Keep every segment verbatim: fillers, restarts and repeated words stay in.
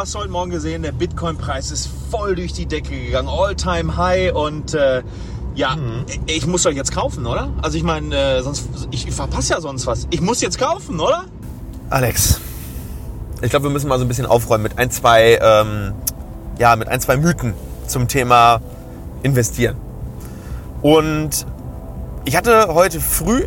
hast du heute Morgen gesehen, der Bitcoin-Preis ist voll durch die Decke gegangen, All-Time-High und äh, ja, mhm. ich muss doch jetzt kaufen, oder? Also ich meine, äh, sonst ich, ich verpasse ja sonst was. Ich muss jetzt kaufen, oder? Alex, ich glaube, wir müssen mal so ein bisschen aufräumen mit ein, zwei, ähm, ja, mit ein, zwei Mythen zum Thema Investieren. Und ich hatte heute früh,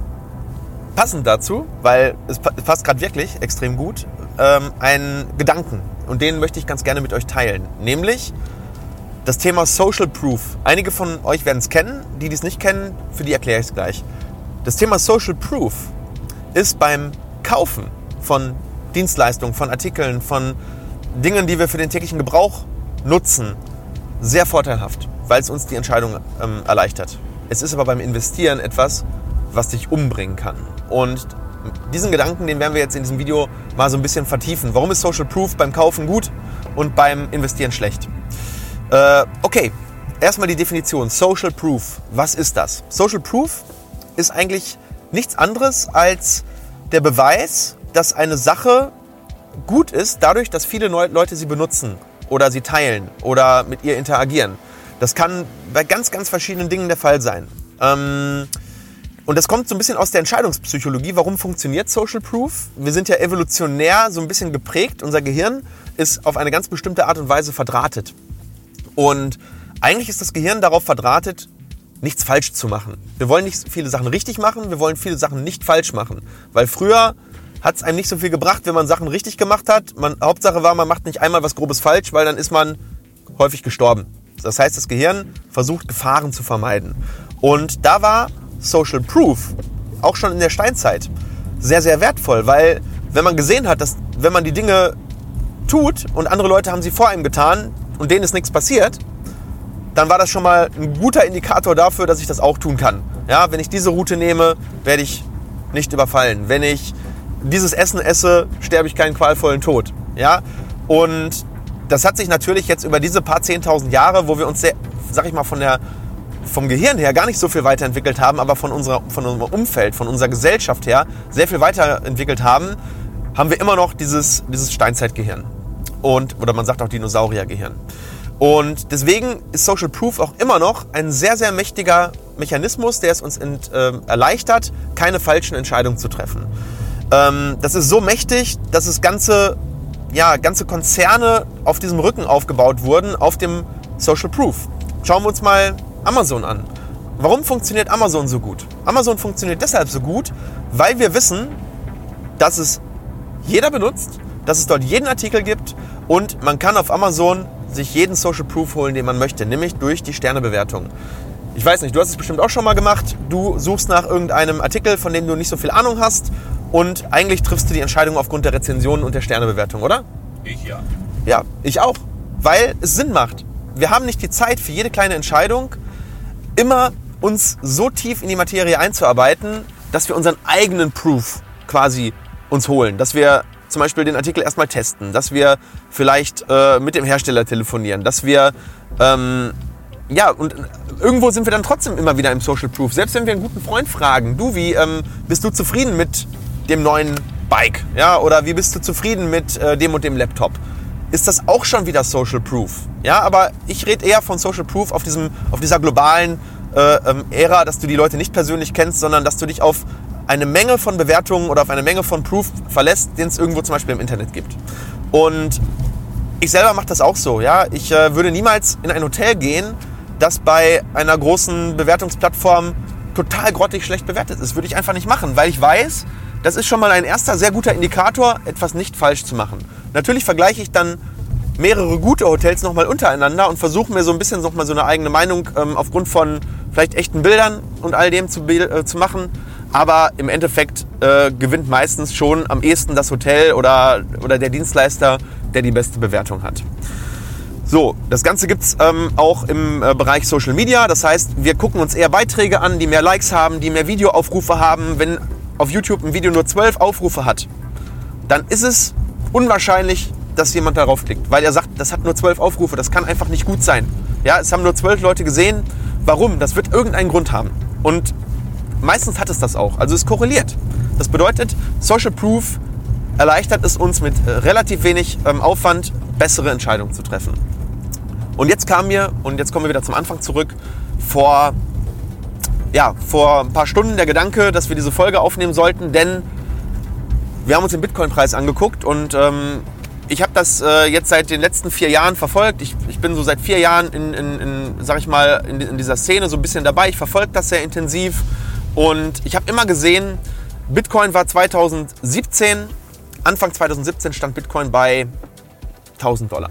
passend dazu, weil es passt gerade wirklich extrem gut, ähm, einen Gedanken. Und den möchte ich ganz gerne mit euch teilen. Nämlich das Thema Social Proof. Einige von euch werden es kennen, die, die es nicht kennen, für die erkläre ich es gleich. Das Thema Social Proof ist beim Kaufen von Dienstleistungen, von Artikeln, von Dingen, die wir für den täglichen Gebrauch nutzen, sehr vorteilhaft, weil es uns die Entscheidung ähm, erleichtert. Es ist aber beim Investieren etwas, was dich umbringen kann. Und diesen Gedanken, den werden wir jetzt in diesem Video mal so ein bisschen vertiefen. Warum ist Social Proof beim Kaufen gut und beim Investieren schlecht? Äh, okay, erstmal die Definition. Social Proof. Was ist das? Social Proof ist eigentlich nichts anderes als der Beweis, dass eine Sache gut ist, dadurch, dass viele Leute sie benutzen oder sie teilen oder mit ihr interagieren. Das kann bei ganz, ganz verschiedenen Dingen der Fall sein. Ähm, und das kommt so ein bisschen aus der Entscheidungspsychologie. Warum funktioniert Social Proof? Wir sind ja evolutionär so ein bisschen geprägt. Unser Gehirn ist auf eine ganz bestimmte Art und Weise verdrahtet. Und eigentlich ist das Gehirn darauf verdrahtet, nichts falsch zu machen. Wir wollen nicht viele Sachen richtig machen, wir wollen viele Sachen nicht falsch machen. Weil früher hat es einem nicht so viel gebracht, wenn man Sachen richtig gemacht hat. Man, Hauptsache war, man macht nicht einmal was Grobes falsch, weil dann ist man häufig gestorben. Das heißt, das Gehirn versucht, Gefahren zu vermeiden. Und da war Social Proof, auch schon in der Steinzeit, sehr, sehr wertvoll. Weil wenn man gesehen hat, dass wenn man die Dinge tut und andere Leute haben sie vor einem getan und denen ist nichts passiert, dann war das schon mal ein guter Indikator dafür, dass ich das auch tun kann. Ja, wenn ich diese Route nehme, werde ich nicht überfallen. Wenn ich dieses Essen esse, sterbe ich keinen qualvollen Tod. Ja? Und das hat sich natürlich jetzt über diese paar zehntausend Jahre, wo wir uns, sehr, sag ich mal, von der, vom Gehirn her gar nicht so viel weiterentwickelt haben, aber von, unserer, von unserem Umfeld, von unserer Gesellschaft her sehr viel weiterentwickelt haben, haben wir immer noch dieses, dieses Steinzeitgehirn. Und, oder man sagt auch Dinosauriergehirn. Und deswegen ist Social Proof auch immer noch ein sehr, sehr mächtiger Mechanismus, der es uns ent, äh, erleichtert, keine falschen Entscheidungen zu treffen. Ähm, das ist so mächtig, dass es ganze, ja, ganze Konzerne auf diesem Rücken aufgebaut wurden, auf dem Social Proof. Schauen wir uns mal Amazon an. Warum funktioniert Amazon so gut? Amazon funktioniert deshalb so gut, weil wir wissen, dass es jeder benutzt, dass es dort jeden Artikel gibt und man kann auf Amazon sich jeden Social Proof holen, den man möchte, nämlich durch die Sternebewertung. Ich weiß nicht, du hast es bestimmt auch schon mal gemacht. Du suchst nach irgendeinem Artikel, von dem du nicht so viel Ahnung hast und eigentlich triffst du die Entscheidung aufgrund der Rezensionen und der Sternebewertung, oder? Ich ja. Ja, ich auch, weil es Sinn macht. Wir haben nicht die Zeit für jede kleine Entscheidung, immer uns so tief in die Materie einzuarbeiten, dass wir unseren eigenen Proof quasi uns holen, dass wir zum Beispiel den Artikel erstmal testen, dass wir vielleicht äh, mit dem Hersteller telefonieren, dass wir, ähm, ja, und irgendwo sind wir dann trotzdem immer wieder im Social Proof. Selbst wenn wir einen guten Freund fragen, du, wie ähm, bist du zufrieden mit dem neuen Bike? Ja, oder wie bist du zufrieden mit äh, dem und dem Laptop? Ist das auch schon wieder Social Proof? Ja, aber ich rede eher von Social Proof auf, diesem, auf dieser globalen äh, ähm, Ära, dass du die Leute nicht persönlich kennst, sondern dass du dich auf eine Menge von Bewertungen oder auf eine Menge von Proof verlässt, den es irgendwo zum Beispiel im Internet gibt. Und ich selber mache das auch so. Ja? Ich äh, würde niemals in ein Hotel gehen, das bei einer großen Bewertungsplattform total grottig schlecht bewertet ist. Würde ich einfach nicht machen, weil ich weiß, das ist schon mal ein erster sehr guter Indikator, etwas nicht falsch zu machen. Natürlich vergleiche ich dann mehrere gute Hotels nochmal untereinander und versuche mir so ein bisschen nochmal so eine eigene Meinung ähm, aufgrund von vielleicht echten Bildern und all dem zu, äh, zu machen. Aber im Endeffekt äh, gewinnt meistens schon am ehesten das Hotel oder, oder der Dienstleister, der die beste Bewertung hat. So, das Ganze gibt es ähm, auch im äh, Bereich Social Media. Das heißt, wir gucken uns eher Beiträge an, die mehr Likes haben, die mehr Videoaufrufe haben. Wenn auf YouTube ein Video nur zwölf Aufrufe hat, dann ist es unwahrscheinlich, dass jemand darauf klickt. Weil er sagt, das hat nur zwölf Aufrufe, das kann einfach nicht gut sein. Ja, es haben nur zwölf Leute gesehen. Warum? Das wird irgendeinen Grund haben. Und meistens hat es das auch. Also es korreliert. Das bedeutet, Social Proof erleichtert es uns mit relativ wenig ähm, Aufwand, bessere Entscheidungen zu treffen. Und jetzt kam mir, und jetzt kommen wir wieder zum Anfang zurück, vor, ja, vor ein paar Stunden der Gedanke, dass wir diese Folge aufnehmen sollten, denn wir haben uns den Bitcoin-Preis angeguckt und ähm, ich habe das äh, jetzt seit den letzten vier Jahren verfolgt. Ich, ich bin so seit vier Jahren in, in, in sag ich mal, in, in dieser Szene so ein bisschen dabei. Ich verfolge das sehr intensiv und ich habe immer gesehen, Bitcoin war zweitausendsiebzehn, Anfang zweitausendsiebzehn stand Bitcoin bei tausend Dollar.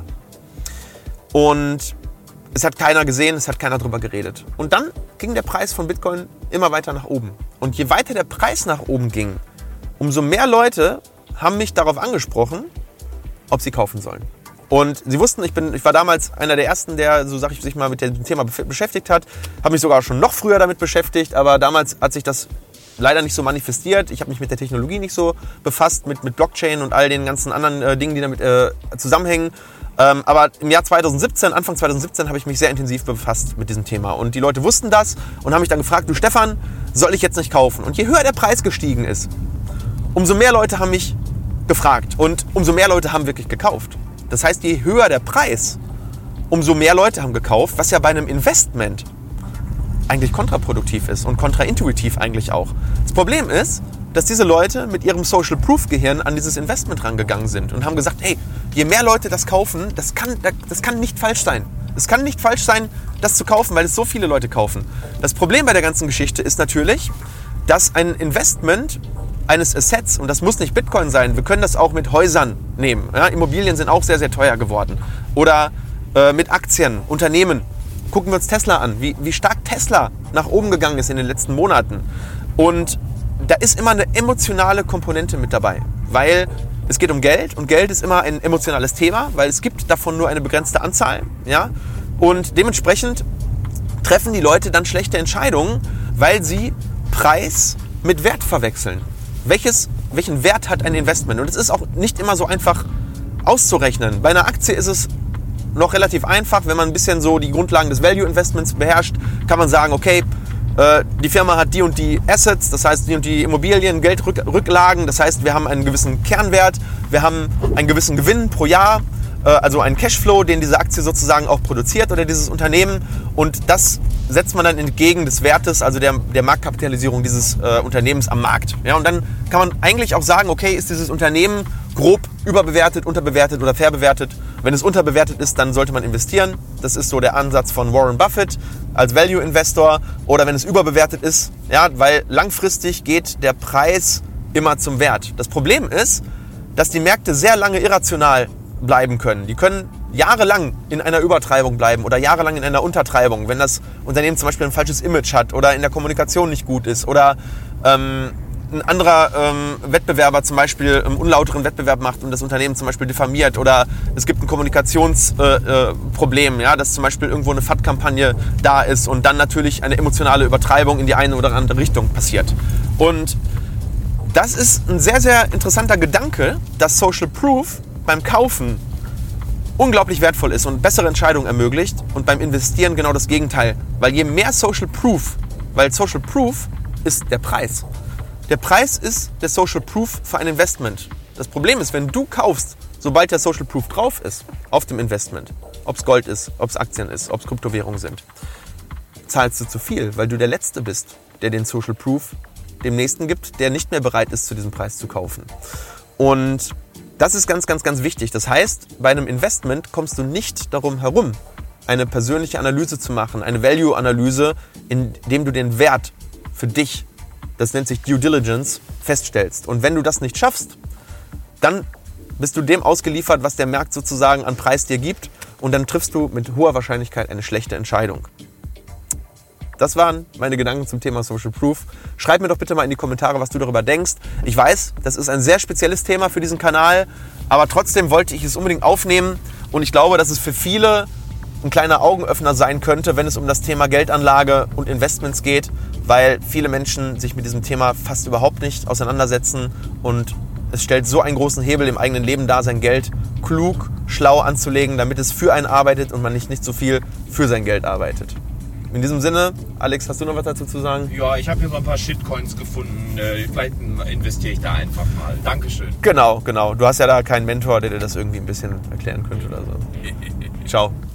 Und es hat keiner gesehen, es hat keiner drüber geredet. Und dann ging der Preis von Bitcoin immer weiter nach oben. Und je weiter der Preis nach oben ging, umso mehr Leute haben mich darauf angesprochen, ob sie kaufen sollen. Und sie wussten, ich, bin, ich war damals einer der Ersten, der, so sag ich, sich mal mit dem Thema beschäftigt hat. Habe mich sogar schon noch früher damit beschäftigt, aber damals hat sich das leider nicht so manifestiert. Ich habe mich mit der Technologie nicht so befasst, mit, mit Blockchain und all den ganzen anderen äh, Dingen, die damit äh, zusammenhängen. Ähm, aber im Jahr zweitausendsiebzehn, Anfang zweitausendsiebzehn, habe ich mich sehr intensiv befasst mit diesem Thema. Und die Leute wussten das und haben mich dann gefragt, du Stefan, soll ich jetzt nicht kaufen? Und je höher der Preis gestiegen ist, umso mehr Leute haben mich gefragt und umso mehr Leute haben wirklich gekauft. Das heißt, je höher der Preis, umso mehr Leute haben gekauft, was ja bei einem Investment eigentlich kontraproduktiv ist und kontraintuitiv eigentlich auch. Das Problem ist, dass diese Leute mit ihrem Social Proof Gehirn an dieses Investment rangegangen sind und haben gesagt, hey, je mehr Leute das kaufen, das kann, das kann nicht falsch sein. Es kann nicht falsch sein, das zu kaufen, weil es so viele Leute kaufen. Das Problem bei der ganzen Geschichte ist natürlich, dass ein Investment eines Assets, und das muss nicht Bitcoin sein, wir können das auch mit Häusern nehmen. Ja, Immobilien sind auch sehr, sehr teuer geworden. Oder äh, mit Aktien, Unternehmen. Gucken wir uns Tesla an, wie, wie stark Tesla nach oben gegangen ist in den letzten Monaten. Und da ist immer eine emotionale Komponente mit dabei, weil es geht um Geld und Geld ist immer ein emotionales Thema, weil es gibt davon nur eine begrenzte Anzahl. Ja? Und dementsprechend treffen die Leute dann schlechte Entscheidungen, weil sie Preis mit Wert verwechseln. Welches, welchen Wert hat ein Investment? Und es ist auch nicht immer so einfach auszurechnen. Bei einer Aktie ist es noch relativ einfach, wenn man ein bisschen so die Grundlagen des Value Investments beherrscht, kann man sagen, okay, äh, die Firma hat die und die Assets, das heißt die und die Immobilien, Geldrücklagen, das heißt wir haben einen gewissen Kernwert, wir haben einen gewissen Gewinn pro Jahr, äh, also einen Cashflow, den diese Aktie sozusagen auch produziert oder dieses Unternehmen, und das setzt man dann entgegen des Wertes, also der, der Marktkapitalisierung dieses äh, Unternehmens am Markt. Ja, und dann kann man eigentlich auch sagen, okay, ist dieses Unternehmen grob überbewertet, unterbewertet oder verbewertet. Wenn es unterbewertet ist, dann sollte man investieren. Das ist so der Ansatz von Warren Buffett als Value-Investor. Oder wenn es überbewertet ist, ja, weil langfristig geht der Preis immer zum Wert. Das Problem ist, dass die Märkte sehr lange irrational bleiben können. Die können jahrelang in einer Übertreibung bleiben oder jahrelang in einer Untertreibung, wenn das Unternehmen zum Beispiel ein falsches Image hat oder in der Kommunikation nicht gut ist oder ähm, ein anderer ähm, Wettbewerber zum Beispiel einen unlauteren Wettbewerb macht und das Unternehmen zum Beispiel diffamiert, oder es gibt ein Kommunikationsproblem, äh, äh, ja, dass zum Beispiel irgendwo eine F A T-Kampagne da ist und dann natürlich eine emotionale Übertreibung in die eine oder andere Richtung passiert. Und das ist ein sehr, sehr interessanter Gedanke, dass Social Proof beim Kaufen unglaublich wertvoll ist und bessere Entscheidungen ermöglicht, und beim Investieren genau das Gegenteil. Weil je mehr Social Proof, weil Social Proof ist der Preis. Der Preis ist der Social Proof für ein Investment. Das Problem ist, wenn du kaufst, sobald der Social Proof drauf ist, auf dem Investment, ob es Gold ist, ob es Aktien ist, ob es Kryptowährungen sind, zahlst du zu viel, weil du der Letzte bist, der den Social Proof dem Nächsten gibt, der nicht mehr bereit ist, zu diesem Preis zu kaufen. Und das ist ganz, ganz, ganz wichtig. Das heißt, bei einem Investment kommst du nicht darum herum, eine persönliche Analyse zu machen, eine Value-Analyse, indem du den Wert für dich, das nennt sich Due Diligence, feststellst. Und wenn du das nicht schaffst, dann bist du dem ausgeliefert, was der Markt sozusagen an Preis dir gibt, und dann triffst du mit hoher Wahrscheinlichkeit eine schlechte Entscheidung. Das waren meine Gedanken zum Thema Social Proof. Schreib mir doch bitte mal in die Kommentare, was du darüber denkst. Ich weiß, das ist ein sehr spezielles Thema für diesen Kanal, aber trotzdem wollte ich es unbedingt aufnehmen, und ich glaube, dass es für viele ein kleiner Augenöffner sein könnte, wenn es um das Thema Geldanlage und Investments geht, weil viele Menschen sich mit diesem Thema fast überhaupt nicht auseinandersetzen, und es stellt so einen großen Hebel im eigenen Leben dar, sein Geld klug, schlau anzulegen, damit es für einen arbeitet und man nicht, nicht so viel für sein Geld arbeitet. in diesem Sinne, Alex, hast du noch was dazu zu sagen? Ja, ich habe hier so ein paar Shitcoins gefunden. Vielleicht investiere ich da einfach mal. Dankeschön. Genau, genau. Du hast ja da keinen Mentor, der dir das irgendwie ein bisschen erklären könnte oder so. Ciao.